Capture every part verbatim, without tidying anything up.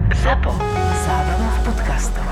Zapo. Zábrná v podcastov.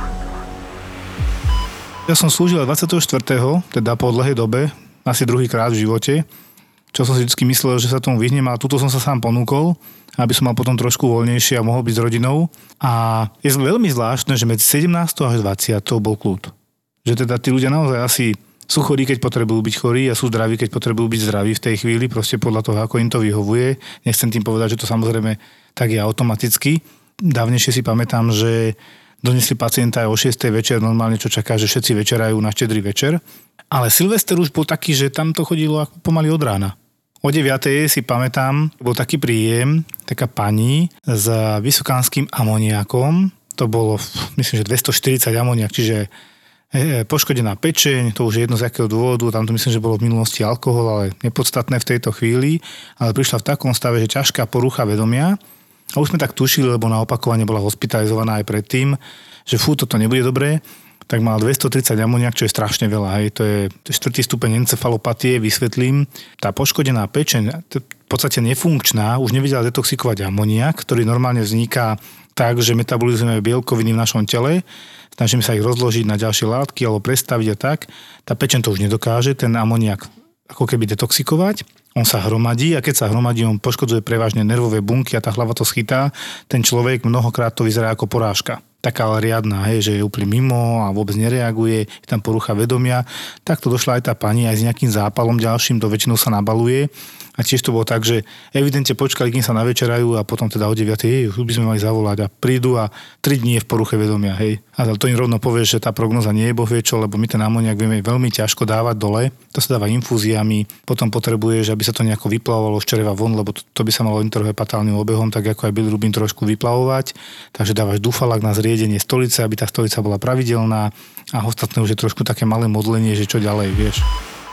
Ja som slúžil dvadsiateho štvrtého teda po dlhej dobe, asi druhýkrát v živote, čo som si vždy myslel, že sa tomu vyhnem, ale tuto som sa sám ponúkol, aby som mal potom trošku voľnejšie a mohol byť s rodinou. A je veľmi zvláštne, že medzi sedemnásteho až dvadsiateho bol kľud. Že teda tí ľudia naozaj asi sú chorí, keď potrebujú byť chorí a sú zdraví, keď potrebujú byť zdraví v tej chvíli, proste podľa toho, ako im to vyhovuje. Nechcem tým povedať, že to samozrejme tak je automaticky. Dávnejšie si pamätám, že donesli pacienta aj o šiestej večer, normálne čo čaká, že všetci večerajú na štedrý večer. Ale Silvester už bol taký, že tam to chodilo ako pomaly od rána. O deviatej si pamätám, bol taký príjem, taká pani s vysokánskym amoniakom. To bolo, myslím, že dvestoštyridsať amoniak, čiže poškodená pečeň, to už je jedno z akého dôvodu, tam to myslím, že bolo v minulosti alkohol, ale nepodstatné v tejto chvíli, ale prišla v takom stave, že ťažká porucha vedomia a už sme tak tušili, lebo na opakovanie bola hospitalizovaná aj predtým, že fú, toto nebude dobré, tak mal dvestotridsať amoniak, čo je strašne veľa, hej, to je štvrtý stupeň encefalopatie, vysvetlím. Tá poškodená pečeň, v podstate nefunkčná, už nevedela detoxikovať amoniak, ktorý normálne vzniká tak, že metabolizujeme bielkoviny v našom tele, snažíme sa ich rozložiť na ďalšie látky alebo prestaviť a tak. Tá pečeň to už nedokáže, ten amoniak ako keby detoxikovať. On sa hromadí a keď sa hromadí, on poškodzuje prevažne nervové bunky a tá hlava to schytá. Ten človek mnohokrát to vyzerá ako porážka. Taká ale riadna, hej, že je úplne mimo a vôbec nereaguje, je tam porucha vedomia. Takto došla aj tá pani aj s nejakým zápalom ďalším, to väčšinou sa nabaluje. A tiež to bolo tak, že evidentne počkali, kým sa navečerajú a potom teda o deviatej, už by sme mali zavolať a prídu a tri dní je v poruche vedomia, hej. A to im rovno povie, že tá prognoza nie je bohviečo, lebo my ten amoniak vieme veľmi ťažko dávať dole. To sa dáva infúziami, potom potrebuješ, aby sa to nejako vyplavovalo z čreva von, lebo to, to by sa malo enterohepatálnym obehom, tak ako aj bilirubín trošku vyplavovať. Takže dávaš dufalak na zriedenie stolice, aby tá stolica bola pravidelná a ostatné už je trošku také malé modlenie, že čo ďalej, vieš.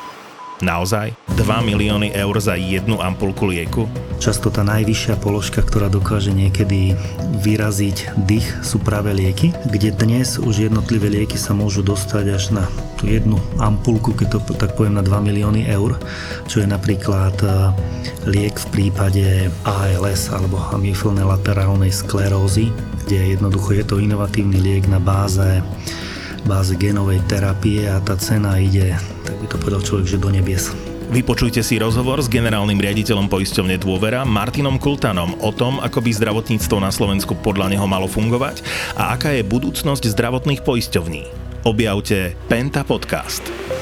Naozaj? dva milióny eur za jednu ampulku lieku? Často tá najvyššia položka, ktorá dokáže niekedy vyraziť dých, sú práve lieky, kde dnes už jednotlivé lieky sa môžu dostať až na tú jednu ampulku, keď to tak poviem, na dva milióny eur, čo je napríklad liek v prípade á el es alebo amyofilnej laterálnej sklerózy, kde jednoducho je to inovatívny liek na báze báze génovej terapie a tá cena ide, tak by to povedal človek, že do nebies. Vypočujte si rozhovor s generálnym riaditeľom poisťovne Dôvera Martinom Kultanom o tom, ako by zdravotníctvo na Slovensku podľa neho malo fungovať a aká je budúcnosť zdravotných poisťovní. Objavte Penta Podcast.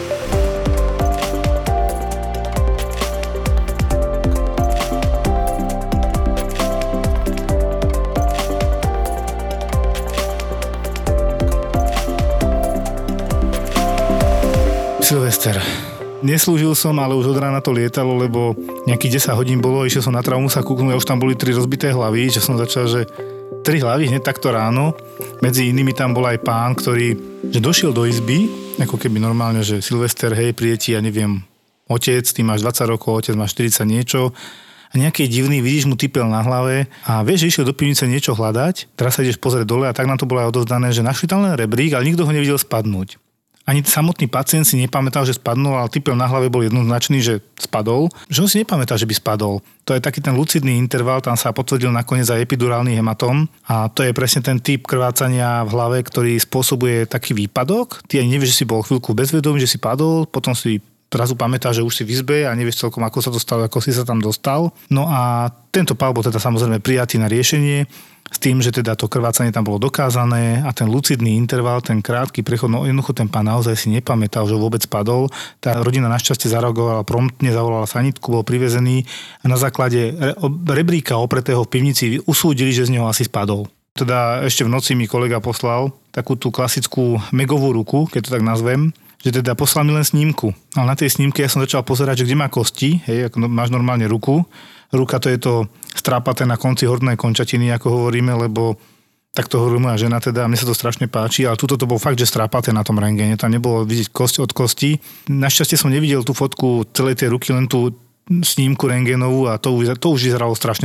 Silvester. Neslúžil som, ale už od rána to lietalo, lebo nejakých desať hodín bolo, išiel som na trávu sa kúknúť a už tam boli tri rozbité hlavy, že som začal, že tri hlavy hneď takto ráno. Medzi inými tam bol aj pán, ktorý že došiel do izby, ako keby normálne, že Silvester, hej, príde ti, ja neviem, otec, ty máš dvadsať rokov, otec máš štyridsať niečo a nejaký divný, vidíš mu typel na hlave a vieš, že išiel do pivnice niečo hľadať, teraz sa ideš pozrieť dole a tak nám to bolo aj odovzdané, že našli tam len rebrík, ale nikto ho nevidel spadnúť. Ani samotný pacient si nepamätal, že spadnul, ale typel na hlave bol jednoznačný, že spadol. Že on si nepamätal, že by spadol. To je taký ten lucidný interval, tam sa potvrdil nakoniec aj epidurálny hematóm a to je presne ten typ krvácania v hlave, ktorý spôsobuje taký výpadok. Ty ani nevieš, že si bol chvíľku bezvedomý, že si padol, potom si zrazu pamätáš, že už si v izbe a nevieš celkom, ako sa to stalo, ako si sa tam dostal. No a tento pál bol teda samozrejme prijatý na riešenie s tým, že teda to krvácanie tam bolo dokázané a ten lucidný interval, ten krátky prechod, no jednoducho ten pán naozaj si nepamätal, že vôbec padol. Tá rodina našťastie zareagovala promptne, zavolala sanitku, bol privezený a na základe rebríka opretého v pivnici usúdili, že z neho asi spadol. Teda ešte v noci mi kolega poslal takú tú klasickú megovú ruku, keď to tak nazvem, že teda poslal mi len snímku. Ale na tej snímke ja som začal pozerať, že kde má kosti, hej, ako máš normálne ruku. Ruka to je to strápaté na konci hornej končatiny, ako hovoríme, lebo tak to hovorí moja žena teda, mne sa to strašne páči, ale tuto to bol fakt, že strápaté na tom rentgene, tam nebolo vidieť kosť od kosti. Našťastie som nevidel tú fotku celej tej ruky, len tú snímku rentgenovú a to už, to už vyzeralo strašne zle.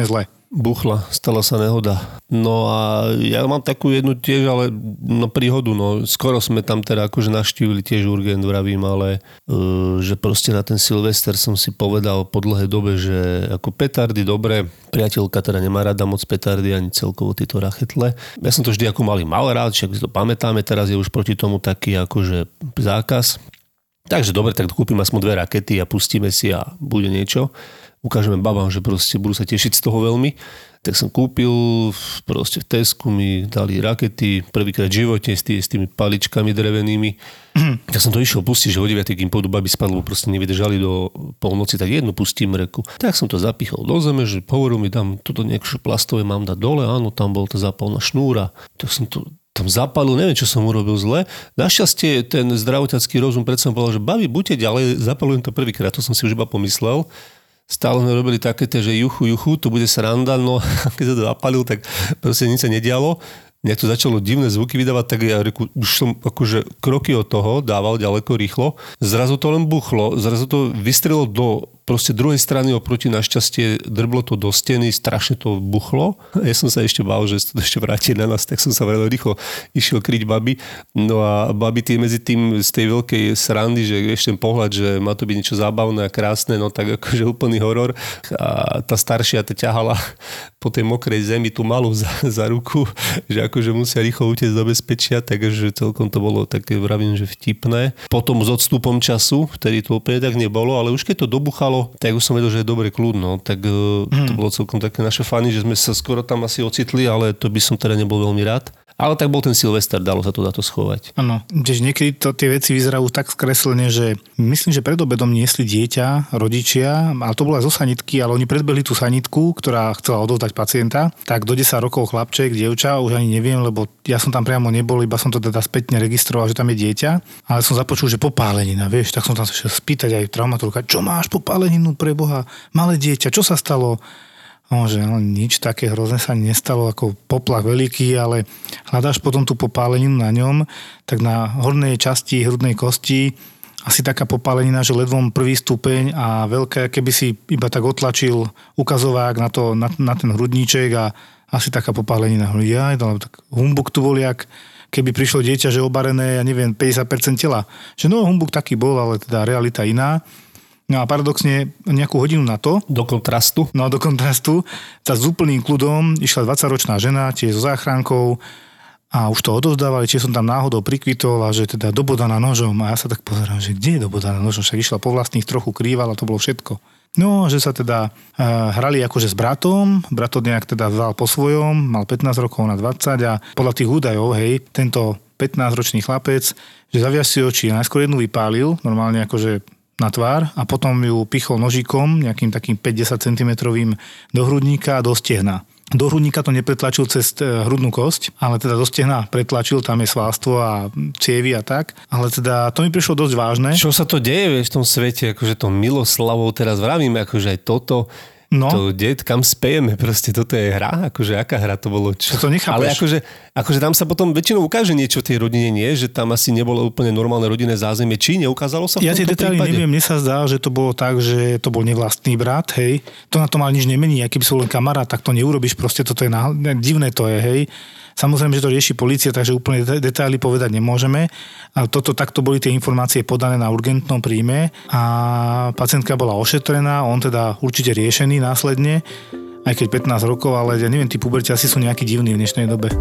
buchla, stala sa nehoda. No a ja mám takú jednu tiež, ale no príhodu, no skoro sme tam teda akože navštívili tiež urgent, vravím, ale uh, že proste na ten Silvester som si povedal po dlhej dobe, že ako petardy, dobre, priateľka teda nemá rada moc petardy, ani celkovo tieto rachetle. Ja som to vždy ako malý mal rád, však si to pamätáme, teraz je už proti tomu taký akože zákaz. Takže dobre, tak kúpim aspoň dve rakety a pustíme si a bude niečo. Ukážeme babám, že proste budú sa tešiť z toho veľmi. Tak som kúpil, proste v Tesku mi dali rakety, prvýkrát v živote s, tý, s tými paličkami drevenými. Mm. Tak som to išiel pustiť, že o deviatej, kým pôjdu babi spať, lebo proste nevydržali do polnoci, tak jednu pustím reku. Tak som to zapichol do zeme, že hovoril mi, dám toto nejaké plastové, mám dať dole, áno, tam bol tá zápalná šnúra. Tak som to tam zapalil, neviem, čo som urobil zle. Našťastie ten zdravotnícky rozum predsa povedal, že babi, buďte ďalej, zapalujem to prvýkrát, to som si už iba pomyslel. Stále sme robili také, že juchu, juchu, to bude sranda, no keď sa to zapalil, tak proste nič sa nedialo. Nejak to začalo divné zvuky vydávať, tak ja reku, už som akože kroky od toho dával ďaleko rýchlo. Zrazu to len buchlo, zrazu to vystrelilo do proste druhej strany oproti, našťastie drblo to do steny, strašne to buchlo. Ja som sa ešte bál, že to ešte vráti na nás, tak som sa veľmi rýchlo išiel kryť babi. No a babi tie medzi tým z tej veľkej srandy, že ešte ten pohľad, že má to byť niečo zábavné a krásne, no tak akože úplný horor. A tá staršia to ťahala po tej mokrej zemi tú malú za, za ruku, že akože musia rýchlo utiecť do bezpečia, takže celkom to bolo také, vravím, že vtipné. Potom s odstupom času, vtedy to úplne tak nebolo, ale už keď to dobuchalo, tak už som vedel, že je dobre kľudno. Tak hmm. to bolo celkom také naše fany, že sme sa skoro tam asi ocitli, ale to by som teda nebol veľmi rád. Ale tak bol ten Silvester, dalo sa to na to schovať. Áno, tiež niekedy to, tie veci vyzerajú tak skreslene, že myslím, že pred obedom niesli dieťa, rodičia, a to bola zo sanitky, ale oni predbehli tú sanitku, ktorá chcela odovzdať pacienta, tak do desať rokov chlapček, dievča, už ani neviem, lebo ja som tam priamo nebol, iba som to teda spätne registroval, že tam je dieťa, ale som započul, že popálenina, vieš, tak som tam sa šiel spýtať aj traumatológa, čo máš popáleninu pre Boha, malé dieťa, čo sa stalo? No, že no, nič také hrozné sa nestalo, ako poplach veľký, ale hľadáš potom tú popáleninu na ňom, tak na hornej časti hrudnej kosti asi taká popálenina, že ledvom prvý stupeň a veľká, keby si iba tak otlačil ukazovák na, to, na, na ten hrudníček a asi taká popálenina. Ja, tak humbuk tu bol jak, keby prišlo dieťa, že obarené, ja neviem, päťdesiat percent tela. Že no, humbuk taký bol, ale teda realita iná. No a paradoxne nejakú hodinu na to... Do kontrastu. No do kontrastu. Sa s úplným kľudom išla dvadsaťročná žena, tiež so záchrankou a už to odovzdávali, či som tam náhodou prikvitol a že teda dobodaná nožom. A ja sa tak pozerám, že kde je dobodaná nožom? Však išla po vlastných, trochu krývala, to bolo všetko. No, že sa teda uh, hrali akože s bratom. Brat to nejak teda vzal po svojom, mal pätnásť rokov na dvadsať a podľa tých údajov, hej, tento pätnásťročný chlapec, že zaviaž si oči, najskôr jednu vypálil, normálne akože na tvár a potom ju pichol nožikom, nejakým takým päť až desať centimetrov do hrudníka a do stehna. Do hrudníka to nepretlačil cez hrudnú kosť, ale teda do stehna pretlačil, tam je svalstvo a cievy a tak. Ale teda to mi prišlo dosť vážne. Čo sa to deje vieš, v tom svete, akože to miloslavou teraz vravíme, akože aj toto... No. To, det, kam spejeme, proste toto je hra, akože aká hra to bolo, čo? To nechápeš. Ale akože, akože tam sa potom väčšinou ukáže niečo v tej rodine, nie? Že tam asi nebolo úplne normálne rodinné zázemie, či neukázalo sa v ja tomto prípade? Ja tie detaily neviem, mne sa zdá, že to bolo tak, že to bol nevlastný brat, hej. To na tom ale nič nemení, aj keby som len kamarát, tak to neurobíš, proste toto je náhle, divné to je, hej. Samozrejme, že to rieši polícia, takže úplne detaily povedať nemôžeme. Ale toto, takto boli tie informácie podané na urgentnom príjme a pacientka bola ošetrená, on teda určite riešený následne, aj keď pätnásť rokov, ale ja neviem, tí puberti asi sú nejaký divní v dnešnej dobe.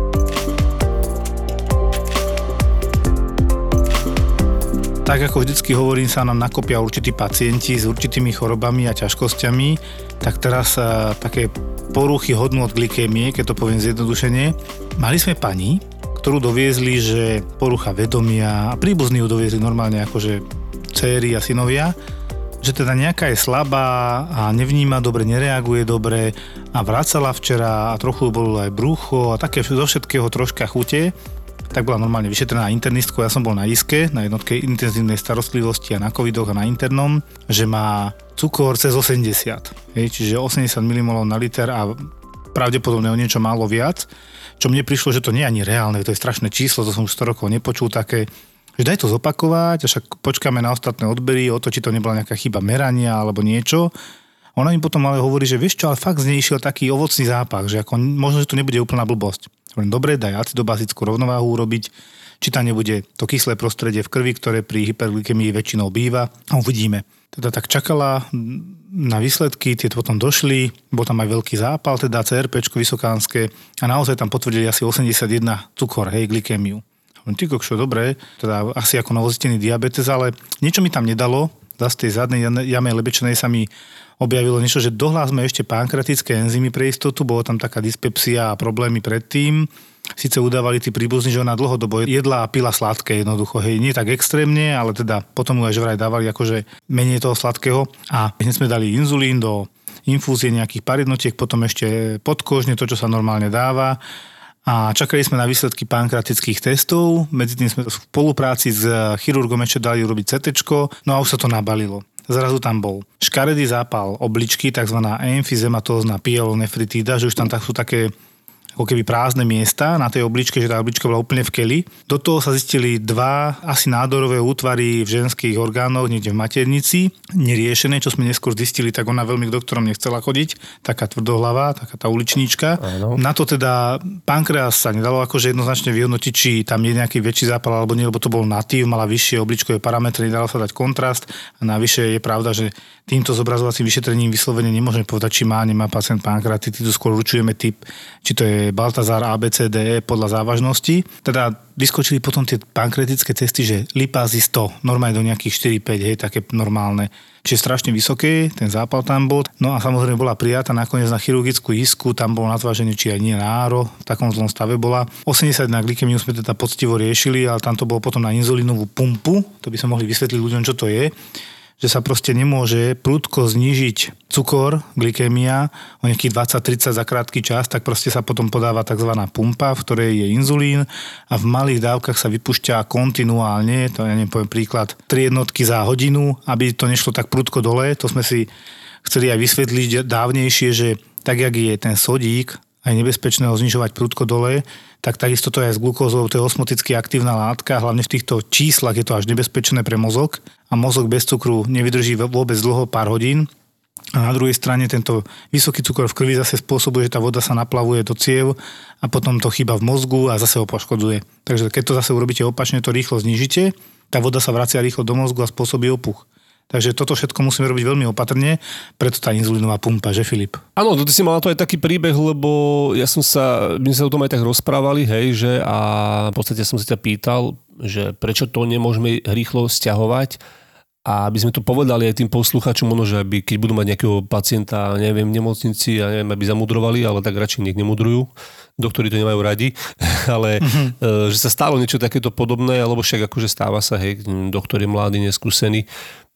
Tak ako vždycky hovorím, sa nám nakopia určití pacienti s určitými chorobami a ťažkosťami, tak teraz uh, také poruchy hodnôt glykémie, keď to poviem zjednodušene. Mali sme pani, ktorú doviezli, že porucha vedomia a príbuzní ju doviezli normálne akože dcéry a synovia, že teda nejaká je slabá a nevníma dobre, nereaguje dobre a vracala včera a trochu bolo aj brucho a také zo všetkého troška chute. Tak bola normálne vyšetrená internistkou, ja som bol na iske, na jednotke intenzívnej starostlivosti a na covidoch a na internom, že má cukor cez osemdesiat, hej, čiže osemdesiat milimolov na liter a pravdepodobne o niečo málo viac, čo mne prišlo, že to nie je ani reálne, to je strašné číslo, to som už sto rokov nepočul také, že daj to zopakovať, a však počkáme na ostatné odbery, o to, či to nebola nejaká chyba merania alebo niečo. Ona mi potom ale hovorí, že vieš čo, ale fakt z nej išiel taký ovocný zápach, že ako, možno, že to nebude úplná blbosť. Hovorím, dobre, daj acidobazickú rovnováhu urobiť, či tam nebude to kyslé prostredie v krvi, ktoré pri hyperglykemii väčšinou býva. A uvidíme. Teda tak čakala na výsledky, tie potom došli, bol tam aj veľký zápal, teda cé er péčko vysokánske a naozaj tam potvrdili asi osemdesiatjeden cukor, hej, glykémiu. Ty kokšo, dobre, teda asi ako novozistený diabetes, ale niečo mi tam nedalo, zase tej zadnej jame lebečnej sa mi objavilo niečo, že dohlásme ešte pankreatické enzymy pre istotu, bolo tam taká dyspepsia a problémy predtým. Sice udávali tí príbuzní, že ona dlhodobo jedla a pila sladké jednoducho, hej, nie tak extrémne, ale teda potom ju aj vraj dávali akože menej toho sladkého a hneď sme dali inzulín do infúzie nejakých pár jednotiek, potom ešte podkožne to, čo sa normálne dáva a čakali sme na výsledky pankreatických testov, medzi tým sme v spolupráci s chirurgom ešte dali urobiť cé téčko, no a už sa to nabalilo. Zrazu tam bol škaredý zápal obličky, takzvaná emfyzematózna pyelonefritída, že už tam tak sú také ako keby prázdne miesta na tej obličke, že tá oblička bola úplne v keli. Do toho sa zistili dva asi nádorové útvary v ženských orgánoch, niekde v maternici, neriešené, čo sme neskôr zistili, tak ona veľmi k doktorom nechcela chodiť, taká tvrdohlava, taká tá uličníčka. Áno. Na to teda pankreas sa nedalo akože jednoznačne vyhodnotiť, či tam je nejaký väčší zápal alebo nie, lebo to bol natív, mala vyššie obličkové parametre, nedalo sa dať kontrast a navyše je pravda, že týmto zobrazovacím vyšetrením vyslovene nemôžeme povedať, či má, nemá pacient pankreatitidu, skôr určujeme typ, či to je Baltazar á bé cé dé e podľa závažnosti. Teda vyskočili potom tie pankreatické testy, že lipázy sto, normálne do nejakých štyri päť, hej, také normálne. Čiže strašne vysoké, ten zápal tam bol. No a samozrejme bola prijatá nakoniec na chirurgickú isku, tam bolo na zváženie, či aj nie na áro, v takom zlom stave bola. osemdesiat na glykemiu sme teda poctivo riešili, ale tam to bolo potom na inzulínovú pumpu, to by sme mohli vysvetliť ľuďom, čo to je. Že sa proste nemôže prudko znížiť cukor, glykémia o nejakých dvadsať tridsať za krátky čas, tak proste sa potom podáva tzv. Pumpa, v ktorej je inzulín a v malých dávkach sa vypúšťa kontinuálne, to ja neviem, poviem príklad, tri jednotky za hodinu, aby to nešlo tak prudko dole. To sme si chceli aj vysvetliť dávnejšie, že tak, jak je ten sodík aj nebezpečné ho znižovať prudko dole, tak takisto to je aj s glukózou, to je osmoticky aktívna látka, hlavne v týchto číslach je to až nebezpečné pre mozog a mozog bez cukru nevydrží vôbec dlho, pár hodín. A na druhej strane tento vysoký cukor v krvi zase spôsobuje, že tá voda sa naplavuje do ciev a potom to chýba v mozgu a zase ho poškodzuje. Takže keď to zase urobíte opačne, to rýchlo znižíte, tá voda sa vracia rýchlo do mozgu a spôsobí opuch. Takže toto všetko musíme robiť veľmi opatrne, preto tá inzulínová pumpa, že Filip? Áno, ty si mal to aj taký príbeh, lebo ja som sa, my sa o tom aj tak rozprávali, hej, že a v podstate som sa ťa pýtal, že prečo to nemôžeme rýchlo sťahovať a aby sme to povedali aj tým posluchačom, ono, že aby, keď budú mať nejakého pacienta, neviem, v nemocnici, ja neviem, aby zamudrovali, ale tak radšej nech nemudrujú. Doktori to nemajú radi, ale mm-hmm. že sa stalo niečo takéto podobné, alebo však akože stáva sa, hej, doktor je mladý, neskúsený.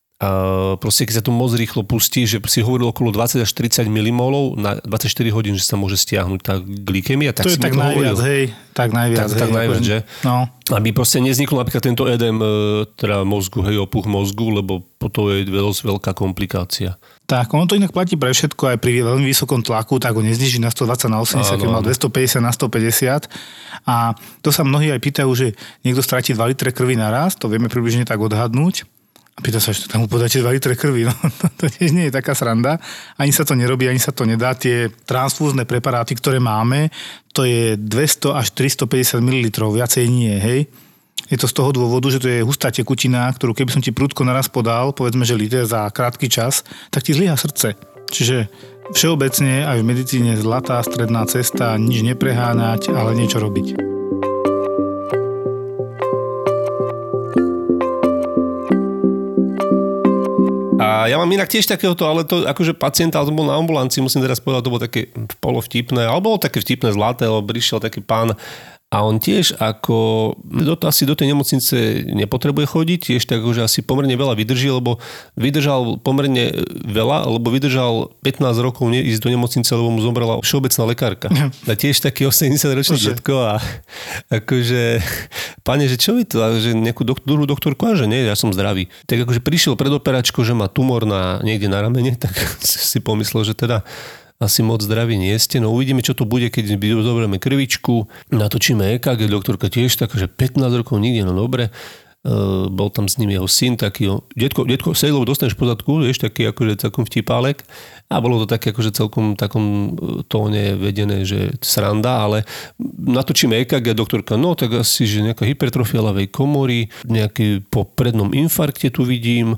A proste keď sa to moc rýchlo pustí, že si hovoril okolo dvadsať až tridsať milimolov na dvadsaťštyri hodín, že sa môže stiahnuť tá glykemia. Tak to je tak najviac, hej. Tak najviac, tak, hej. Tak najviac, že? No. Aby proste neznikol napríklad tento edém teda mozgu, hej, opuch mozgu, lebo potom je dosť veľká komplikácia. Tak, ono to inak platí pre všetko, aj pri veľmi vysokom tlaku, tak ho nezniží na stodvadsať na osemdesiat, keď mal dvestopäťdesiat na stopäťdesiat. A to sa mnohí aj pýtajú, že niekto stratí dva litre krvi naraz, to vieme približne tak odhadnúť. A pýta sa, že tam mu podáte dva litre krvi. No, to tiež nie je taká sranda. Ani sa to nerobí, ani sa to nedá. Tie transfúzne preparáty, ktoré máme, to je dvesto až tristopäťdesiat mililitrov, viacej nie, hej. Je to z toho dôvodu, že to je hustá tekutina, ktorú keby som ti prudko naraz podal, povedzme, že liter za krátky čas, tak ti zlyhá srdce. Čiže všeobecne aj v medicíne zlatá stredná cesta, nič nepreháňať, ale niečo robiť. A ja mám inak tiež takéhoto, ale to akože pacient, ale to bol na ambulancii, musím teraz povedať, to bolo také polovtipné, alebo bolo také vtipné zlaté, lebo prišiel taký pán a on tiež ako do, asi do tej nemocnice nepotrebuje chodiť, tiež tak, že asi pomerne veľa vydrží, lebo vydržal pomerne veľa, lebo vydržal pätnásť rokov ísť do nemocnice, lebo mu zomrela všeobecná lekárka. A tiež taký osemdesiatročný detko a akože, pane, že čo vy to, že nejakú dok- druhú doktorku, a že nie, ja som zdravý. Tak akože prišiel pred operačkou, že má tumor na, niekde na ramene, tak si pomyslel, že teda asi moc zdraví nie ste. No uvidíme, čo to bude, keď zoberieme krvičku, natočíme é ká gé, doktorka tiež taká, že pätnásť rokov nikde, no dobre. bol tam s ním jeho syn, taký, detko, detko, sej, lebo dostaneš pozadku, vieš, taký akože celkom vtipálek. A bolo to také akože celkom takom tóne vedené, že sranda, ale natočíme é ká gé, doktorka, no tak asi, že nejaká hypertrofia ľavej komory, nejaký po prednom infarkte tu vidím,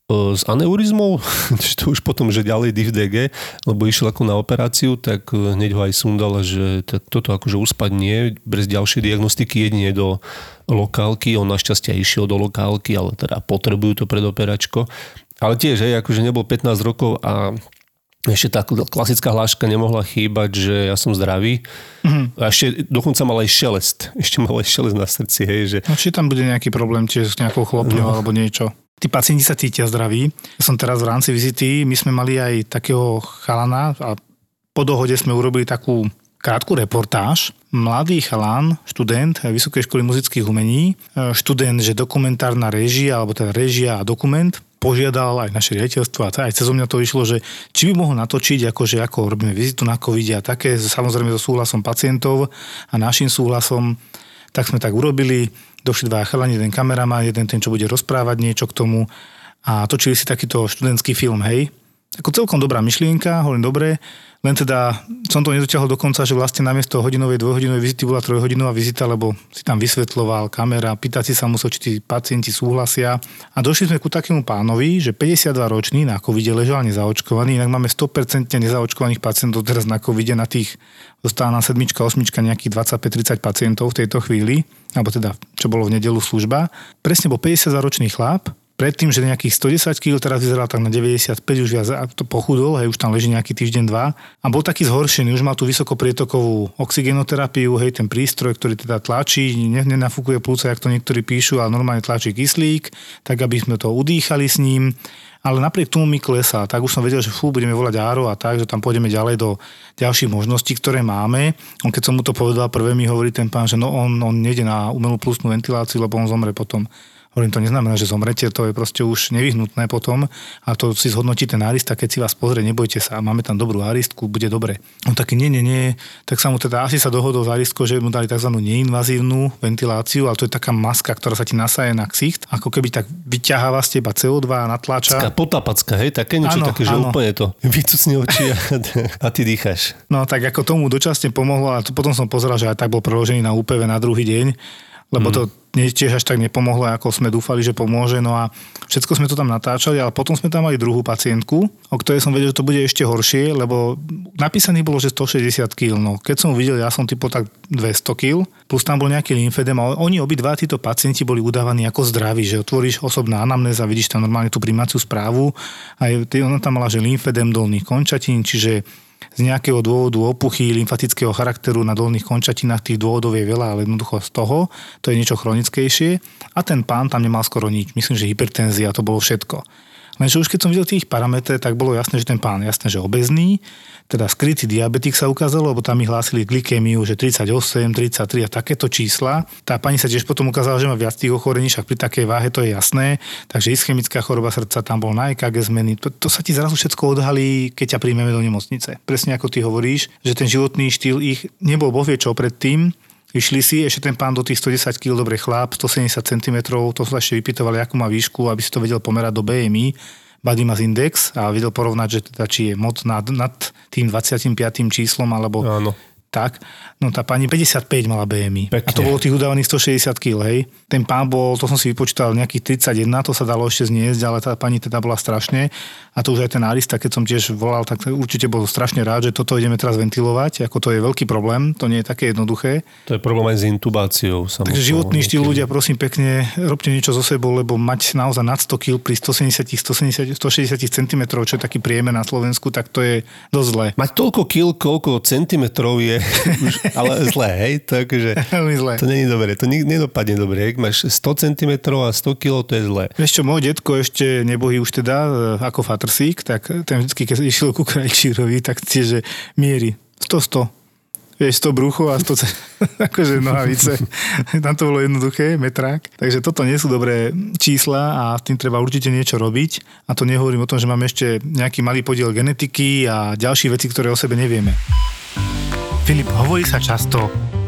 s aneurizmou, to už potom, že ďalej dé dé gé, lebo išiel ako na operáciu, tak hneď ho aj sundal, že toto akože uspadnie bez ďalšej diagnostiky jedine do lokálky, on našťastie išiel do lokálky, ale teda potrebujú to predoperačko. Ale tiež, hej, akože nebol pätnásť rokov a ešte tá klasická hláška nemohla chýbať, že ja som zdravý. Mm-hmm. A ešte dokonca mal aj šelest. Ešte mal aj šelest na srdci, hej, že... No, či tam bude nejaký problém tiež s nejakou chlopňou no. alebo niečo. Tí pacienti sa cítia zdraví. Ja som teraz v rámci vizity, my sme mali aj takého chalana a po dohode sme urobili takú krátku reportáž. Mladý chalan, študent Vysokej školy muzických umení, študent, že dokumentárna réžia, alebo teda réžia a dokument, požiadal aj naše riaditeľstvo a aj cez mňa to išlo, že či by mohol natočiť, akože ako robíme vizitu na COVID a také, samozrejme so súhlasom pacientov a našim súhlasom, tak sme tak urobili. Došli dva chalani, jeden kameraman, jeden ten, čo bude rozprávať niečo k tomu a točili si takýto študentský film, hej. Ako celkom dobrá myšlienka, hovorím dobre, len teda som to nedotiahol do konca, že vlastne namiesto hodinovej, dvojhodinovej vizity bola trojhodinová vizita, lebo si tam vysvetľoval kamera, pýtať si sa musel, či tí pacienti súhlasia. A došli sme ku takému pánovi, že päťdesiatdvaročný na covide ležal nezaočkovaný, inak máme sto percent nezaočkovaných pacientov teraz na covide, na tých zostala nám sedmička, osmička, nejakých dvadsaťpäť tridsať pacientov v tejto chvíli, alebo teda, čo bolo v nedeľu služba. Presne bol päťdesiatdvaročný chlap, predtým, že nejakých stodesať kilogramov, teraz vyzeral tak na deväťdesiatpäť, už viac to pochudol, hej, už tam leží nejaký týždeň, dva. A bol taký zhoršený, už mal tú vysokoprietokovú oxygenoterapiu, hej, ten prístroj, ktorý teda tlačí, nenafúkuje plúca, jak to niektorí píšu, ale normálne tlačí kyslík, tak aby sme to udýchali s ním. Ale napriek tomu mi klesá, tak už som vedel, že fú, budeme volať áro a tak, že tam pôjdeme ďalej do ďalších možností, ktoré máme. On keď som mu to povedal, prvé mi hovorí ten pán, že no on, on nejde na umelú plusnú ventiláciu, lebo on zomre potom. Hovorím, to neznamená, že zomrete, to je proste už nevyhnutné potom a to si zhodnotí ten arista, keď si vás pozrie, nebojte sa, máme tam dobrú aristku, bude dobre. On taký, nie, nie, nie, tak sa mu teda asi sa dohodol s aristkou, že mu dali tzv. Neinvazívnu ventiláciu, ale to je taká maska, ktorá sa ti nasaje na ksicht, ako keby tak vyťaháva z teba cé ó dva a natláča. Taká potapacka, hej, také niečo ano, také, že ano. Úplne to vycucne oči a, a ty dýcháš. No tak ako tomu dočasne pomohlo a potom som pozeral, že aj tak bol preložený na ú pé vé na druhý deň, lebo to tiež až tak nepomohlo, ako sme dúfali, že pomôže. No a všetko sme to tam natáčali, ale potom sme tam mali druhú pacientku, o ktorej som vedel, že to bude ešte horšie, lebo napísaný bolo, že stošesťdesiat kilogramov. No, keď som videl, ja som typo tak dvesto kilogramov, plus tam bol nejaký lymfedem a oni obidva títo pacienti boli udávaní ako zdraví, že otvoríš osobná anamnéza, vidíš tam normálne tú primáciu správu a ona tam mala, že lymfedem dolných končatín, čiže z nejakého dôvodu opuchy lymfatického charakteru na dolných končatinách, tých dôvodov je veľa, ale jednoducho z toho, to je niečo chronickejšie a ten pán tam nemal skoro nič. Myslím, že hypertenzia, to bolo všetko. Lenže už keď som videl tých parametre, tak bolo jasné, že ten pán, jasné, že obezný, teda skrytý diabetik sa ukázalo, lebo tam mi hlásili glykémiu, že tridsaťosem, tridsaťtri a takéto čísla. Tá pani sa tiež potom ukázala, že má viac tých ochorení, však pri takej váhe to je jasné. Takže ischemická choroba srdca, tam bol na é ká gé zmeny. To, to sa ti zrazu všetko odhalí, keď ťa príjmeme do nemocnice. Presne ako ty hovoríš, že ten životný štýl ich nebol bohvie čo predtým. Išli si, ešte ten pán do tých stodesať kilogramov, dobre chlap, stosedemdesiat centimetrov, to sa ešte vypytovali, akú má výšku, aby si to vedel pomerať do bé em í, Body Mass Index, a vedel porovnať, že teda či je moc nad, nad tým dvadsiatym piatym číslom, alebo áno. Tak. No tá pani päťdesiatpäť mala bé em í. Pekne. A to bolo tých udávaných stošesťdesiat kilogramov, hej. Ten pán bol, to som si vypočítal, nejakých tridsaťjeden, to sa dalo ešte zniesť, ale tá pani teda bola strašne. A to už aj ten arista, keď som tiež volal, tak určite bol strašne rád, že toto ideme teraz ventilovať, ako to je veľký problém, to nie je také jednoduché. To je problém aj s intubáciou. Samotnou. Takže životný štýl, ľudia, prosím pekne, robte niečo so sebou, lebo mať naozaj nad sto kilogramov pri stosedemdesiat, stosedemdesiat, stošesťdesiat centimetrov, čo je taký priemer na Slovensku, tak to je dosť zlé. Mať toľko kil, koľko centimetrov je už, ale zlé, hej? Takže veľmi zlé. To nie je dobré, to nedopadne dobre. Ak máš sto centimetrov a sto kilogramov, to je zlé. Vieš čo, môj detko ešte nebohý už teda, ako fatrsík, tak ten vždycky, keď išiel ku krajčírovi, tak tieže mierí sto sto. Vieš, sto brucho a sto akože nohavice. Tam to bolo jednoduché, metrák. Takže toto nie sú dobré čísla a s tým treba určite niečo robiť. A to nehovorím o tom, že máme ešte nejaký malý podiel genetiky a ďalšie veci, ktoré o sebe nevieme. Filip, hovorí sa často,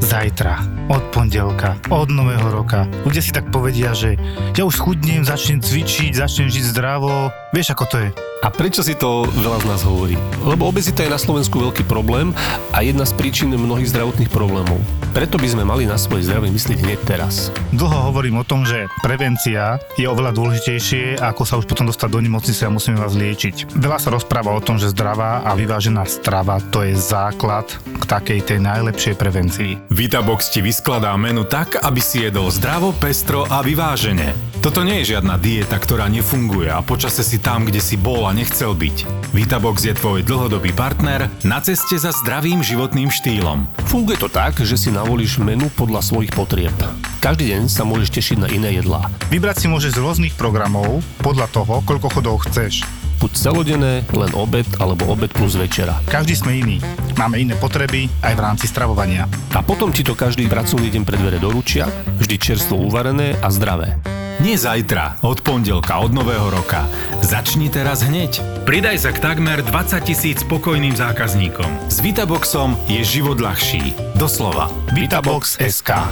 zajtra, od pondelka, od nového roka. Ľudia si tak povedia, že ja už chudnem, začnem cvičiť, začnem žiť zdravo. Vieš, ako to je? A prečo si to veľa z nás hovorí? Lebo obezita je na Slovensku veľký problém a jedna z príčin mnohých zdravotných problémov. Preto by sme mali na svoje zdravie myslieť hneď teraz. Dlho hovorím o tom, že prevencia je oveľa dôležitejšie, ako sa už potom dostať do nemocnice a musíme vás liečiť. Veľa sa rozpráva o tom, že zdravá a vyvážená strava to je základ k takej tej najlepšej prevencii. Vitabox ti vyskladá menu tak, aby si jedol zdravo, pestro a vyvážene. Toto nie je žiadna dieta, ktorá nefunguje a počase si tam, kde si bol a nechcel byť. Vitabox je tvoj dlhodobý partner na ceste za zdravým životným štýlom. Funguje to tak, že si navolíš menu podľa svojich potrieb. Každý deň sa môžeš tešiť na iné jedlá. Vybrať si môžeš z rôznych programov podľa toho, koľko chodov chceš. Buď celodenné, len obed alebo obed plus večera. Každý sme iný. Máme iné potreby aj v rámci stravovania. A potom ti to každý pracovný deň pred dvere doručia, vždy čerstvo uvarené a zdravé. Nie zajtra, od pondelka, od nového roka. Začni teraz hneď. Pridaj sa k takmer dvadsať tisíc spokojným zákazníkom. S Vitaboxom je život ľahší. Doslova. Vitabox bodka es ká.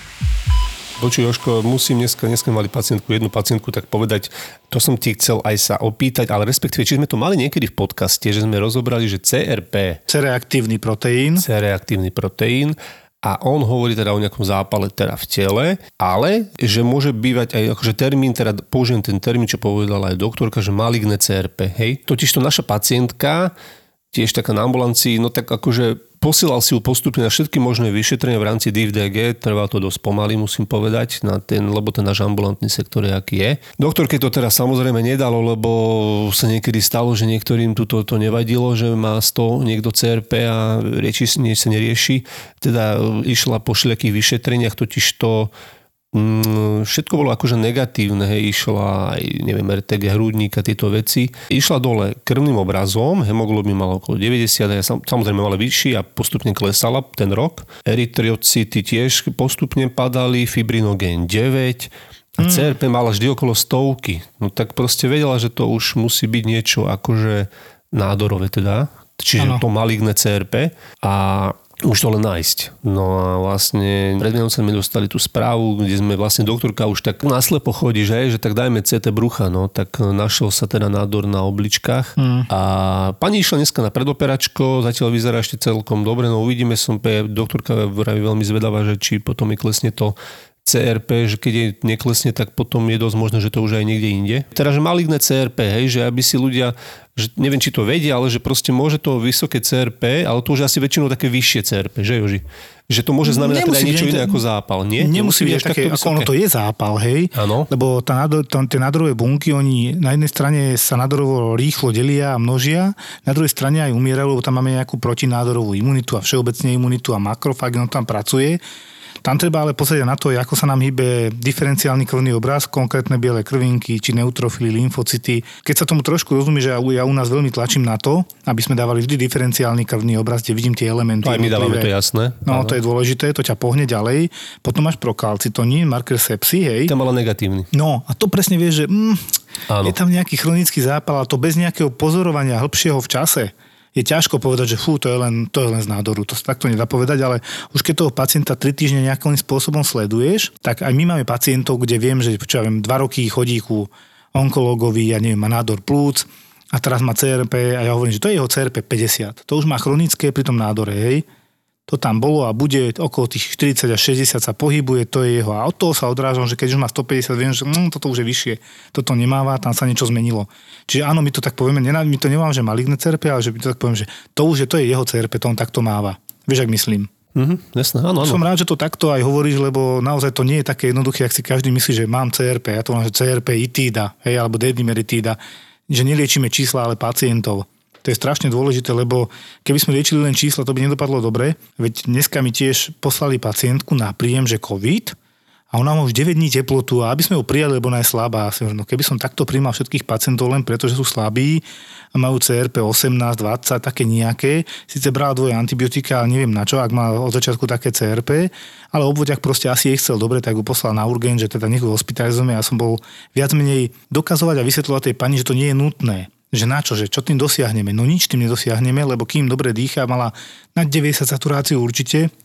Počuj, Jožko, musím dneska, dneska mali pacientku, jednu pacientku, tak povedať, to som ti chcel aj sa opýtať, ale respektíve, či sme to mali niekedy v podcaste, že sme rozobrali, že cé er pé. C-reaktívny proteín. C-reaktívny proteín. A on hovorí teda o nejakom zápale teda v tele, ale že môže bývať aj akože termín, teda použijem ten termín, čo povedala aj doktorka, že maligné cé er pé, hej. Totižto naša pacientka, tiež taká na ambulancii, no tak akože posielal si ju postupne na všetky možné vyšetrenia v rámci dé í ef dé gé, trvá to dosť pomaly, musím povedať, na ten, lebo ten náš ambulantný sektor je, aký je. Doktorke to teraz samozrejme nedalo, lebo sa niekedy stalo, že niektorým tuto to nevadilo, že má sto niekto cé er pé a rieči, nie sa nerieši. Teda išla po všelijakých vyšetreniach, totiž to všetko bolo akože negatívne, hej, išla aj, neviem, er té gé hrudníka, tieto veci. Išla dole krvným obrazom, hemoglobín mal okolo deväťdesiat, a samozrejme mala vyšší a postupne klesala ten rok. Erytriocity tiež postupne padali, fibrinogén deväť a cé er pé mala vždy okolo stovky. No tak proste vedela, že to už musí byť niečo akože nádorové teda, čiže ano. To maligné cé er pé a už to len nájsť. No a vlastne pred Vianocami sme dostali tú správu, kde sme vlastne doktorka už tak naslepo chodí, že, že tak dajme cé té brucha, no tak našiel sa teda nádor na obličkách mm. a pani išla dneska na predoperačko, zatiaľ vyzerá ešte celkom dobre, no uvidíme, som doktorka vraví veľmi zvedavá, že či potom mi klesne to cé er pé, že keď jej neklesne, tak potom je dosť možné, že to už aj niekde inde. Teda, že maligné cé er pé, hej, že aby si ľudia, že neviem, či to vedia, ale že proste môže to vysoké cé er pé, ale to už asi väčšinou také vyššie cé er pé, že Joži? Že to môže znamenať teda aj niečo iné ako zápal, nie? Nemusí byť až také, ako ono to je zápal, hej? Áno. Lebo tá, tie nádorové bunky, oni na jednej strane sa nádorovo rýchlo delia a množia, na druhej strane aj umierajú, lebo tam máme nejakú protinádorovú imunitu a všeobecne imunitu a makrofágy, on tam pracuje. Tam treba ale pozrieť na to, ako sa nám hýbe diferenciálny krvný obraz, konkrétne biele krvinky, či neutrofily, lymfocyty. Keď sa tomu trošku rozumie, že ja u nás veľmi tlačím na to, aby sme dávali vždy diferenciálny krvný obraz, kde vidím tie elementy. Aj my dávame, to jasné. No, áno. To je dôležité, to ťa pohne ďalej. Potom máš prokalcitonín, marker sepsy, hej. Tam ale negatívny. No, a to presne vieš, že mm, je tam nejaký chronický zápal, a to bez nejakého pozorovania hĺbšieho v čase. Je ťažko povedať, že fú, to je len, to je len z nádoru. To sa takto nedá povedať, ale už keď toho pacienta tri týždne nejakým spôsobom sleduješ, tak aj my máme pacientov, kde viem, že čo ja viem, dva roky chodí ku onkologovi, ja neviem, má nádor plúc a teraz má cé er pé a ja hovorím, že to je jeho cé er pé päťdesiat. To už má chronické pri tom nádore, hej. To tam bolo a bude okolo tých štyridsať až šesťdesiat sa pohybuje, to je jeho. A od toho sa odrážam, že keď už má stopäťdesiat, viem, že mm, toto už je vyššie. Toto nemáva, tam sa niečo zmenilo. Čiže áno, my to tak povieme, my to nemáme, že maligné cé er pé, ale že my to tak poviem, že to už je, to je jeho cé er pé, to on takto máva. Vieš, ak myslím. Mhm, jasné, áno, áno. Som rád, že to takto aj hovoríš, lebo naozaj to nie je také jednoduché, ak si každý myslí, že mám cé er pé, ja to mám, že cé er pé itída, hej, alebo D-dimeritída, že neliečíme čísla, ale pacientov. To je strašne dôležité, lebo keby sme liečili len čísla, to by nedopadlo dobre. Veď dneska mi tiež poslali pacientku na príjem, že COVID a ona má už deväť dní teplotu a aby sme ho prijali, lebo ona je slabá. No keby som takto prijímal všetkých pacientov len preto, že sú slabí a majú cé er pé osemnásť, dvadsať, také nejaké, síce brala dvoje antibiotika, ale neviem na čo, ak má od začiatku také cé er pé, ale obvodiak proste asi jej chcel dobre, tak ju poslal na urgent, že teda nech ho hospitalizujeme. Ja som bol viac menej dokazovať a vysvetľovať tej pani, že to nie je nutné. Že na čo, že čo tým dosiahneme? No nič tým nedosiahneme, lebo kým dobre dýcha, mala na deväťdesiat saturáciu určite,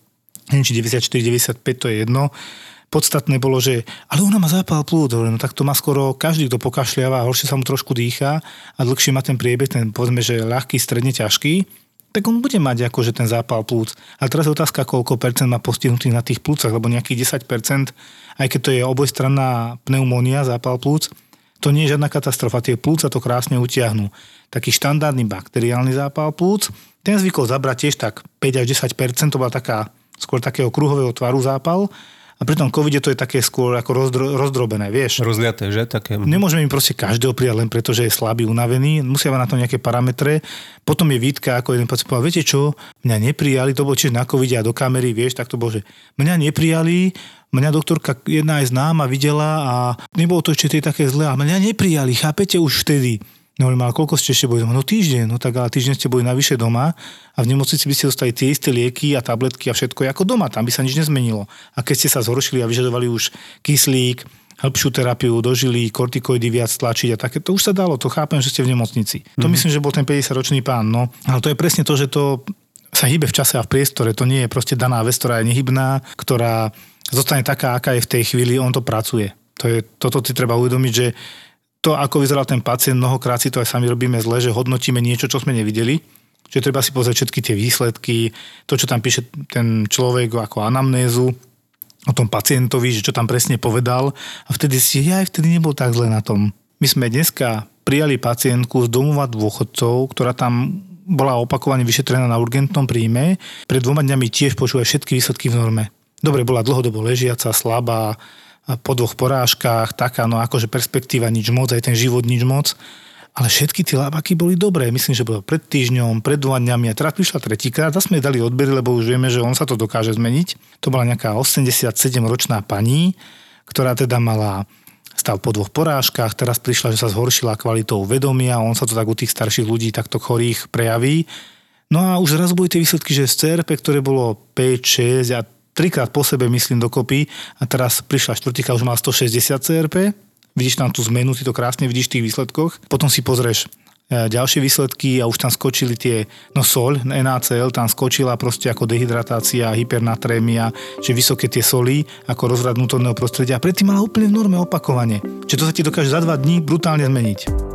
neviem, či deväťdesiatštyri deväťdesiatpäť, to je jedno. Podstatné bolo, že ale ona má zápal plúc, no tak to má skoro každý, kto pokašľiava, horšie sa mu trošku dýcha a dlhšie má ten priebeh, ten povedzme, že ľahký, stredne ťažký, tak on bude mať akože ten zápal plúc. Ale teraz je otázka, koľko percent má postihnutých na tých plúcach, lebo nejakých desať percent, aj keď to je obojstranná pneumónia, zápal plúc, to nie je žiadna katastrofa, tie plúca to krásne utiahnu. Taký štandardný bakteriálny zápal plúc, ten zvykol zabrať tiež tak päť až desať percent, to bola taká, skôr takého kruhového tvaru zápal. A pri tom covide to je také skôr ako rozdro, rozdrobené, vieš. Rozliaté, že? Také... Nemôžeme im proste každého prijať len preto, že je slabý, unavený. Musia mať na to nejaké parametre. Potom je výtka, ako jeden pacient povedal, viete čo, mňa neprijali, to bolo tiež na covide a do kamery, vieš, tak to bolo, že mňa neprijali, mňa doktorka jedna aj známa videla a nebolo to ešte také zlé, a mňa neprijali, chápete už vtedy. No ale koľko ste ešte boli doma? No týždeň, no tak ale týždeň ste boli navyše doma a v nemocnici by ste dostali tie isté lieky a tabletky a všetko ako doma, tam by sa nič nezmenilo. A keď ste sa zhoršili a vyžadovali už kyslík, hĺbšiu terapiu, dožili kortikoidy viac tlačiť a také, to už sa dalo, to chápem, že ste v nemocnici. To mm-hmm. myslím, že bol ten päťdesiatročný pán, no. Ale to je presne to, že to sa hýbe v čase a v priestore, to nie je proste daná vec, ktorá je nehybná, ktorá zostane taká, aká je v tej chvíli, on to pracuje. To je, toto si treba uvedomiť, že to, ako vyzeral ten pacient, mnohokrát si to aj sami robíme zle, že hodnotíme niečo, čo sme nevideli. Že treba si pozrieť všetky tie výsledky, to, čo tam píše ten človek ako anamnézu o tom pacientovi, že čo tam presne povedal. A vtedy si, ja aj vtedy nebol tak zle na tom. My sme dneska prijali pacientku z domova dôchodcov, ktorá tam bola opakovane vyšetrená na urgentnom príjme. Pred dvoma dňami tiež počúva všetky výsledky v norme. Dobre, bola dlhodobo ležiaca, slabá, po dvoch porážkach, taká, no akože perspektíva nič moc, aj ten život nič moc, ale všetky tie lábaky boli dobré. Myslím, že bolo pred týždňom, pred dvoma dňami a teraz prišla tretíkrát, zase sme dali odbery, lebo už vieme, že on sa to dokáže zmeniť. To bola nejaká osemdesiatsedemročná pani, ktorá teda mala stav po dvoch porážkach, teraz prišla, že sa zhoršila kvalitou vedomia, on sa to tak u tých starších ľudí takto chorých prejaví. No a už zrazu boli tie výsledky, že z cé er pé, ktoré bolo päť šesť a trikrát po sebe, myslím, dokopy a teraz prišla štvrtíka, už má stošesťdesiat cé er pé. Vidíš tam tú zmenu, ty to krásne vidíš v tých výsledkoch. Potom si pozrieš ďalšie výsledky a už tam skočili tie, no soľ, en á cé el, tam skočila proste ako dehydratácia, hypernatrémia, že vysoké tie soli, ako rozvrat vnútorného prostredia. A predtým mala úplne v norme opakovane. Čiže to sa ti dokáže za dva dní brutálne zmeniť.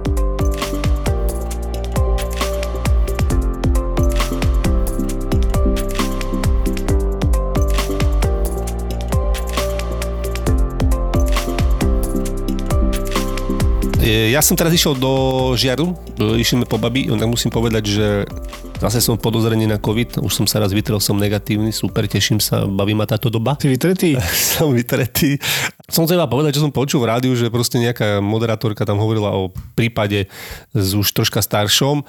Ja som teraz išiel do Žiaru, išli sme po babi, tak musím povedať, že zase som v podozrení na COVID, už som sa raz vytrel, som negatívny, super, teším sa, baví ma táto doba. Si vytretý? Som vytretý. Som chcel povedať, že som počul v rádiu, že proste nejaká moderátorka tam hovorila o prípade s už troška staršom,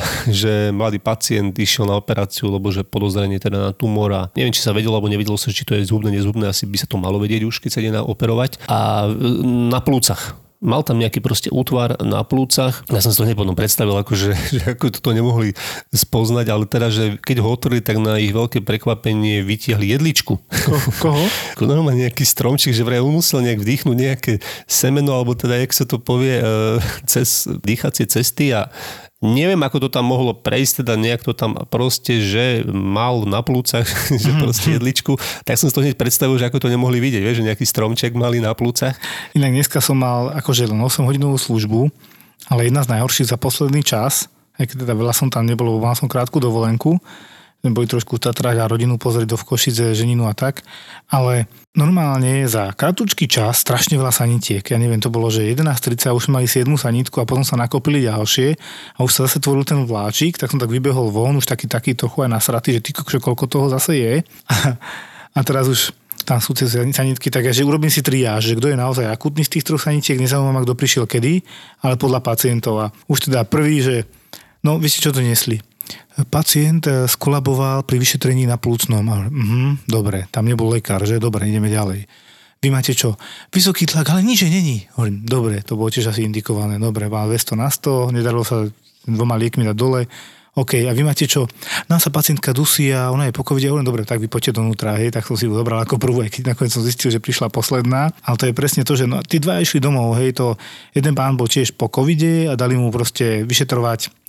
že mladý pacient išiel na operáciu, lebo že podozrenie teda na tumor a neviem, či sa vedelo, alebo nevedelo sa, či to je zhubné, nezhubné, asi by sa to malo vedieť už, keď sa ide na operovať. A na plúcach. Mal tam nejaký proste útvar na plúcach. Ja som si to hneď potom predstavil, akože, že ako toto nemohli spoznať, ale teda, že keď ho otvorili, tak na ich veľké prekvapenie vytiahli jedličku. Ko- koho? Normálne nejaký stromčík, že vraj on musel nejak vdýchnuť nejaké semeno, alebo teda, jak sa to povie, cez dýchacie cesty a neviem, ako to tam mohlo prejsť, teda nejak to tam proste, že mal na plúcach, že proste jedličku, tak som si to hneď predstavil, že ako to nemohli vidieť, vieš, že nejaký stromček mali na plúcach. Inak dneska som mal akože len osemhodinovú službu, ale jedna z najhorších za posledný čas, aj keď teda veľa som tam nebol, lebo mal som krátku dovolenku, boli trošku v Tatrách a rodinu pozrieť do v Košice, ženinu a tak, ale normálne za kratučký čas strašne veľa sanitiek. Ja neviem, to bolo, že jedenásť tridsať už mali siedmu sanitku a potom sa nakopili ďalšie a už sa zase tvoril ten vláčik, tak som tak vybehol von, už taký, taký trochu aj nasratý, že ty kokšo, koľko toho zase je. A, a teraz už tam sú tie sanitky, tak ja, že urobím si triáž, že kto je naozaj akutný z tých troch sanitiek, nezaujíma ma, kto prišiel kedy, ale podľa pacientov. A už teda prvý, že no, vy ste čo to nesli? Pacient skolaboval pri vyšetrení na plúcnom. Mhm, dobre, tam nebol lekár, že? Dobre, ideme ďalej. Vy máte čo? Vysoký tlak, ale nič není. Hovorím, dobre, to bolo tiež asi indikované. Dobre, má dvesto na sto, nedarilo sa dvoma liekmi dať dole. OK, a vy máte čo? Nám sa pacientka dusí a ona je po covide. Hovorím, dobre, tak vy poďte donútra, hej, tak som si ju zobral ako prvú, aj keď nakoniec som zistil, že prišla posledná. Ale to je presne to, že no, tí dva išli domov, hej, to jeden pán bol tiež po covide a dali mu proste vyšetrovať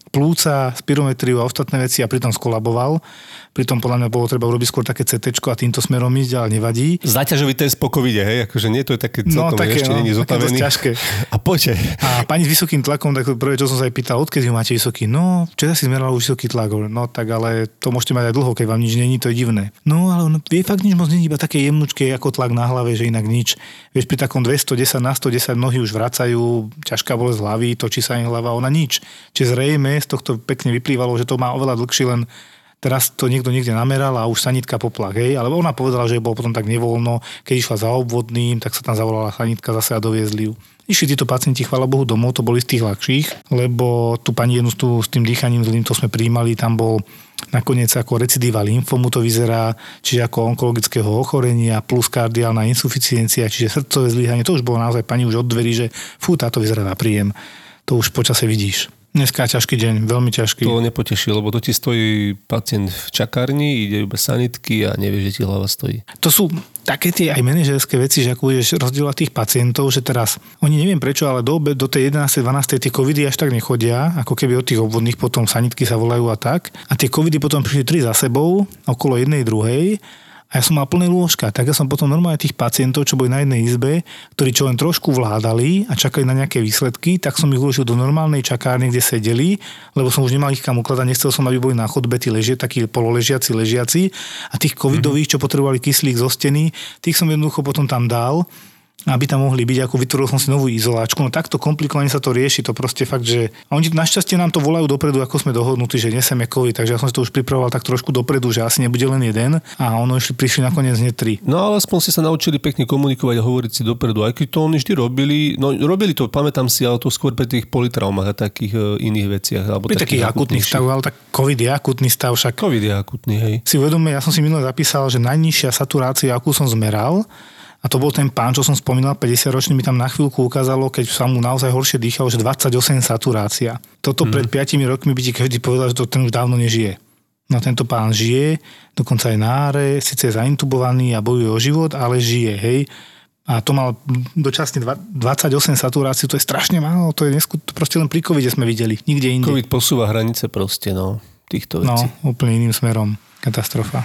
plúca, spirometriu a ostatné veci a pritom skolaboval. Pritom podľa mňa bolo treba urobiť skôr také cé téčko a týmto smerom ísť, ale nevadí. Záťažový test po covide, hej? Akože nie, to je také celkom, no, také, ešte no, není zotavený. Také dosť ťažké. A poďte. A pani s vysokým tlakom, tak prvé, čo som sa aj pýtal, odkedy ho máte vysoký? No, včera si zmeral už vysoký tlak. No tak ale to môžete mať aj dlho, keď vám nič není, to je divné. No ale on, je fakt nič moc není, iba také jemnučké ako tlak na hlave, že inak nič. Vieš, pri takom dvestodesať na stodesať nohy už vracajú, ťažká bolesť hlavy, točí sa im hlava, ona nič. Čiže zrejme z tohto pekne vyplývalo, že to má oveľa dlhšie, len teraz to niekto niekde nameral a už sanitka poplach, hej. Ale ona povedala, že bolo potom tak nevoľno, keď išla za obvodným, tak sa tam zavolala sanitka zase a doviezli ju. Išli títo pacienti, chvála Bohu, domov, to boli z tých ľahších, lebo tu pani jednu tu, s tým dýchaním zlým, to sme prijímali, tam bol nakoniec ako recidíva lymfomu to vyzerá, čiže ako onkologického ochorenia plus kardiálna insuficiencia, čiže srdcové zlyhanie, to už bolo naozaj pani už od dverí, že fú, táto vyzerá na príjem. To už počase vidíš. Dneska ťažký deň, veľmi ťažký. To nepoteší, lebo to ti stojí pacient v čakárni, ide bez sanitky a nevie, že ti hlava stojí. To sú také tie aj manažerské veci, že ako budeš rozdielovať tých pacientov, že teraz, oni neviem prečo, ale do, do tej jedenástej dvanástej tie covidy až tak nechodia, ako keby od tých obvodných potom sanitky sa volajú a tak. A tie covidy potom prišli tri za sebou, okolo jednej druhej. A ja som mal plné lôžka, tak ja som potom normálne tých pacientov, čo boli na jednej izbe, ktorí čo len trošku vládali a čakali na nejaké výsledky, tak som ich uložil do normálnej čakárny, kde sedeli, lebo som už nemal ich kam ukladať, nechcel som, aby boli na chodbe tí ležie, takí pololežiaci, ležiaci a tých covidových, čo potrebovali kyslík zo steny, tých som jednoducho potom tam dal, aby tam mohli byť, ako vytvoril som si novú izoláčku. No takto komplikovane sa to rieši, to proste fakt, že a oni našťastie nám to volajú dopredu, ako sme dohodnutí, že neseme COVID, takže ja som si to už pripravoval tak trošku dopredu, že asi nebude len jeden a ono išli, prišli nakoniec nie tri. No ale aspoň si sa naučili pekne komunikovať a hovoriť si dopredu, aj keď to oni vždy robili, no robili to, pamätám si, ale to skôr pri tých politraumách a takých uh, iných veciach. Alebo pri takých akutných stavoch, ale tak COVID je akutný stav, však COVID je akutný, hej. Si uvedomme, ja som si minule zapísal, že najnižšia saturácia, akú som zmeral, a to bol ten pán, čo som spomínal, päťdesiatročný, mi tam na chvíľku ukázalo, keď sa mu naozaj horšie dýchalo, že dvadsaťosem saturácia. Toto mm. pred piatimi rokmi by ti každý povedal, že to ten už dávno nežije. No tento pán žije, dokonca aj na áre, síce je zaintubovaný a bojuje o život, ale žije, hej. A to mal dočasne dvadsaťosem saturáciu, to je strašne málo, to je neskut, to proste len pri covide sme videli, nikde inde. Covid posúva hranice proste, no, týchto vecí. No, úplne iným smerom. Katastrofa.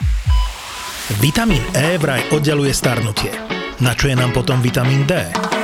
Vitamín E vraj oddialuje starnutie. Na čo je nám potom vitamín D?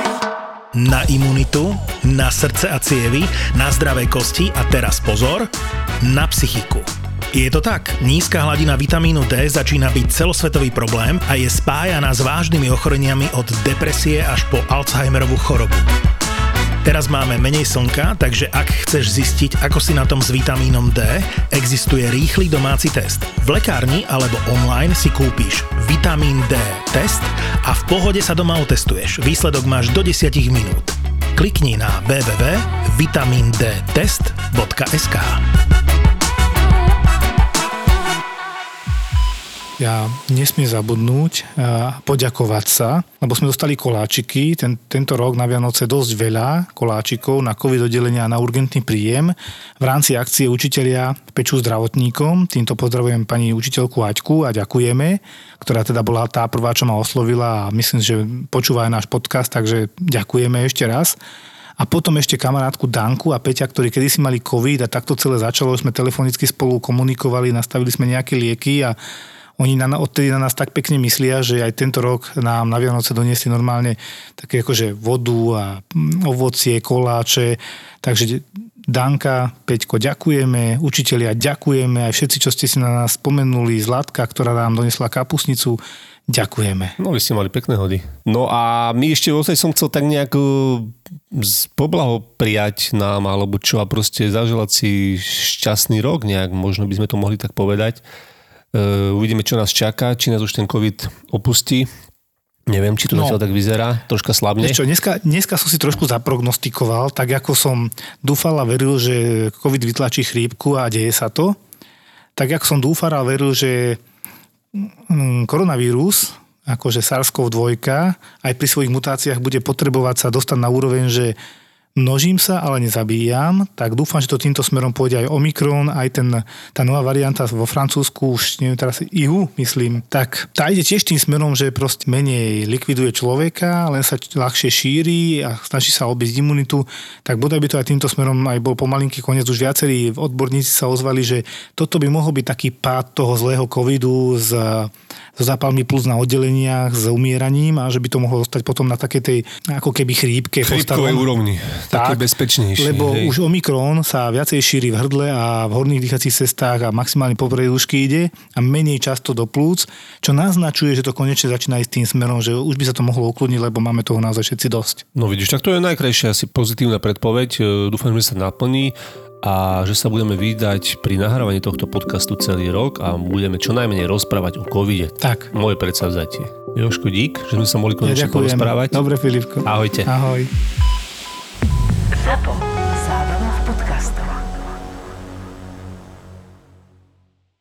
Na imunitu, na srdce a cievy, na zdravé kosti a teraz pozor, na psychiku. Je to tak, nízka hladina vitamínu D začína byť celosvetový problém a je spájaná s vážnymi ochoreniami od depresie až po Alzheimerovú chorobu. Teraz máme menej slnka, takže ak chceš zistiť, ako si na tom s vitamínom D, existuje rýchly domáci test. V lekárni alebo online si kúpiš vitamín D test a v pohode sa doma otestuješ. Výsledok máš do desať minút. Klikni na w w w bodka vitamin d test bodka es ká. Ja nesmiem zabudnúť a poďakovať sa, lebo sme dostali koláčiky, ten, tento rok na Vianoce dosť veľa koláčikov na COVID oddelenia a na urgentný príjem. V rámci akcie Učitelia pečú zdravotníkom, týmto pozdravujem pani učiteľku Aťku a ďakujeme, ktorá teda bola tá prvá, čo ma oslovila a myslím, že počúva aj náš podcast, takže ďakujeme ešte raz. A potom ešte kamarátku Danku a Peťa, ktorí kedysi mali COVID a takto celé začalo, sme telefonicky spolu komunikovali, nastavili sme nejaké lieky a oni na, odtedy na nás tak pekne myslia, že aj tento rok nám na Vianoce doniesli normálne také akože vodu a ovocie, koláče. Takže Danka, Peťko, ďakujeme, učitelia, ďakujeme, aj všetci, čo ste si na nás spomenuli, Zlatka, ktorá nám donesla kapusnicu, ďakujeme. No, vy ste mali pekné hody. No a my ešte ozaj som chcel tak nejak poblahoprijať nám, alebo čo, a proste zaželať si šťastný rok nejak, možno by sme to mohli tak povedať. Uh, uvidíme, čo nás čaká, či nás už ten COVID opustí. Neviem, či to no, zatiaľ tak vyzerá. Troška slabne. Čo, dneska, dneska som si trošku zaprognostikoval, tak ako som dúfal a veril, že COVID vytlačí chrípku a deje sa to. Tak ako som dúfal a veril, že koronavírus, akože SARS-CoV dva, aj pri svojich mutáciách bude potrebovať sa dostať na úroveň, že množím sa, ale nezabíjam, tak dúfam, že to týmto smerom pôjde aj Omikron, aj ten, tá nová varianta vo Francúzsku, už neviem teraz, í ú, myslím, tak tá ide tiež tým smerom, že proste menej likviduje človeka, len sa ľahšie šíri a snaží sa obísť imunitu, tak bodaj by to aj týmto smerom aj bol pomalinký koniec. Už viacerí odborníci sa ozvali, že toto by mohol byť taký pád toho zlého covidu z so zápalmi plus na oddeleniach, s umieraním a že by to mohlo zostať potom na takej tej ako keby chrípke. Chrípkovej úrovni, také bezpečnejšie. Lebo hej. už Omikron sa viacej šíri v hrdle a v horných dýchacích cestách a maximálne po predúšky ide a menej často do plúc, čo naznačuje, že to konečne začína ísť tým smerom, že už by sa to mohlo ukludniť, lebo máme toho naozaj všetci dosť. No vidíš, tak to je najkrajšia asi pozitívna predpoveď. Dúfam, že sa naplní a že sa budeme vydať pri nahrávaní tohto podcastu celý rok a budeme čo najmenej rozprávať o covide. Tak. Moje predsavzatie. Jožko, dík, že sme sa mohli konečne ja porozprávať. Dobre, Filipko. Ahojte. Ahoj. Zapo. Zábrná v podcastovách.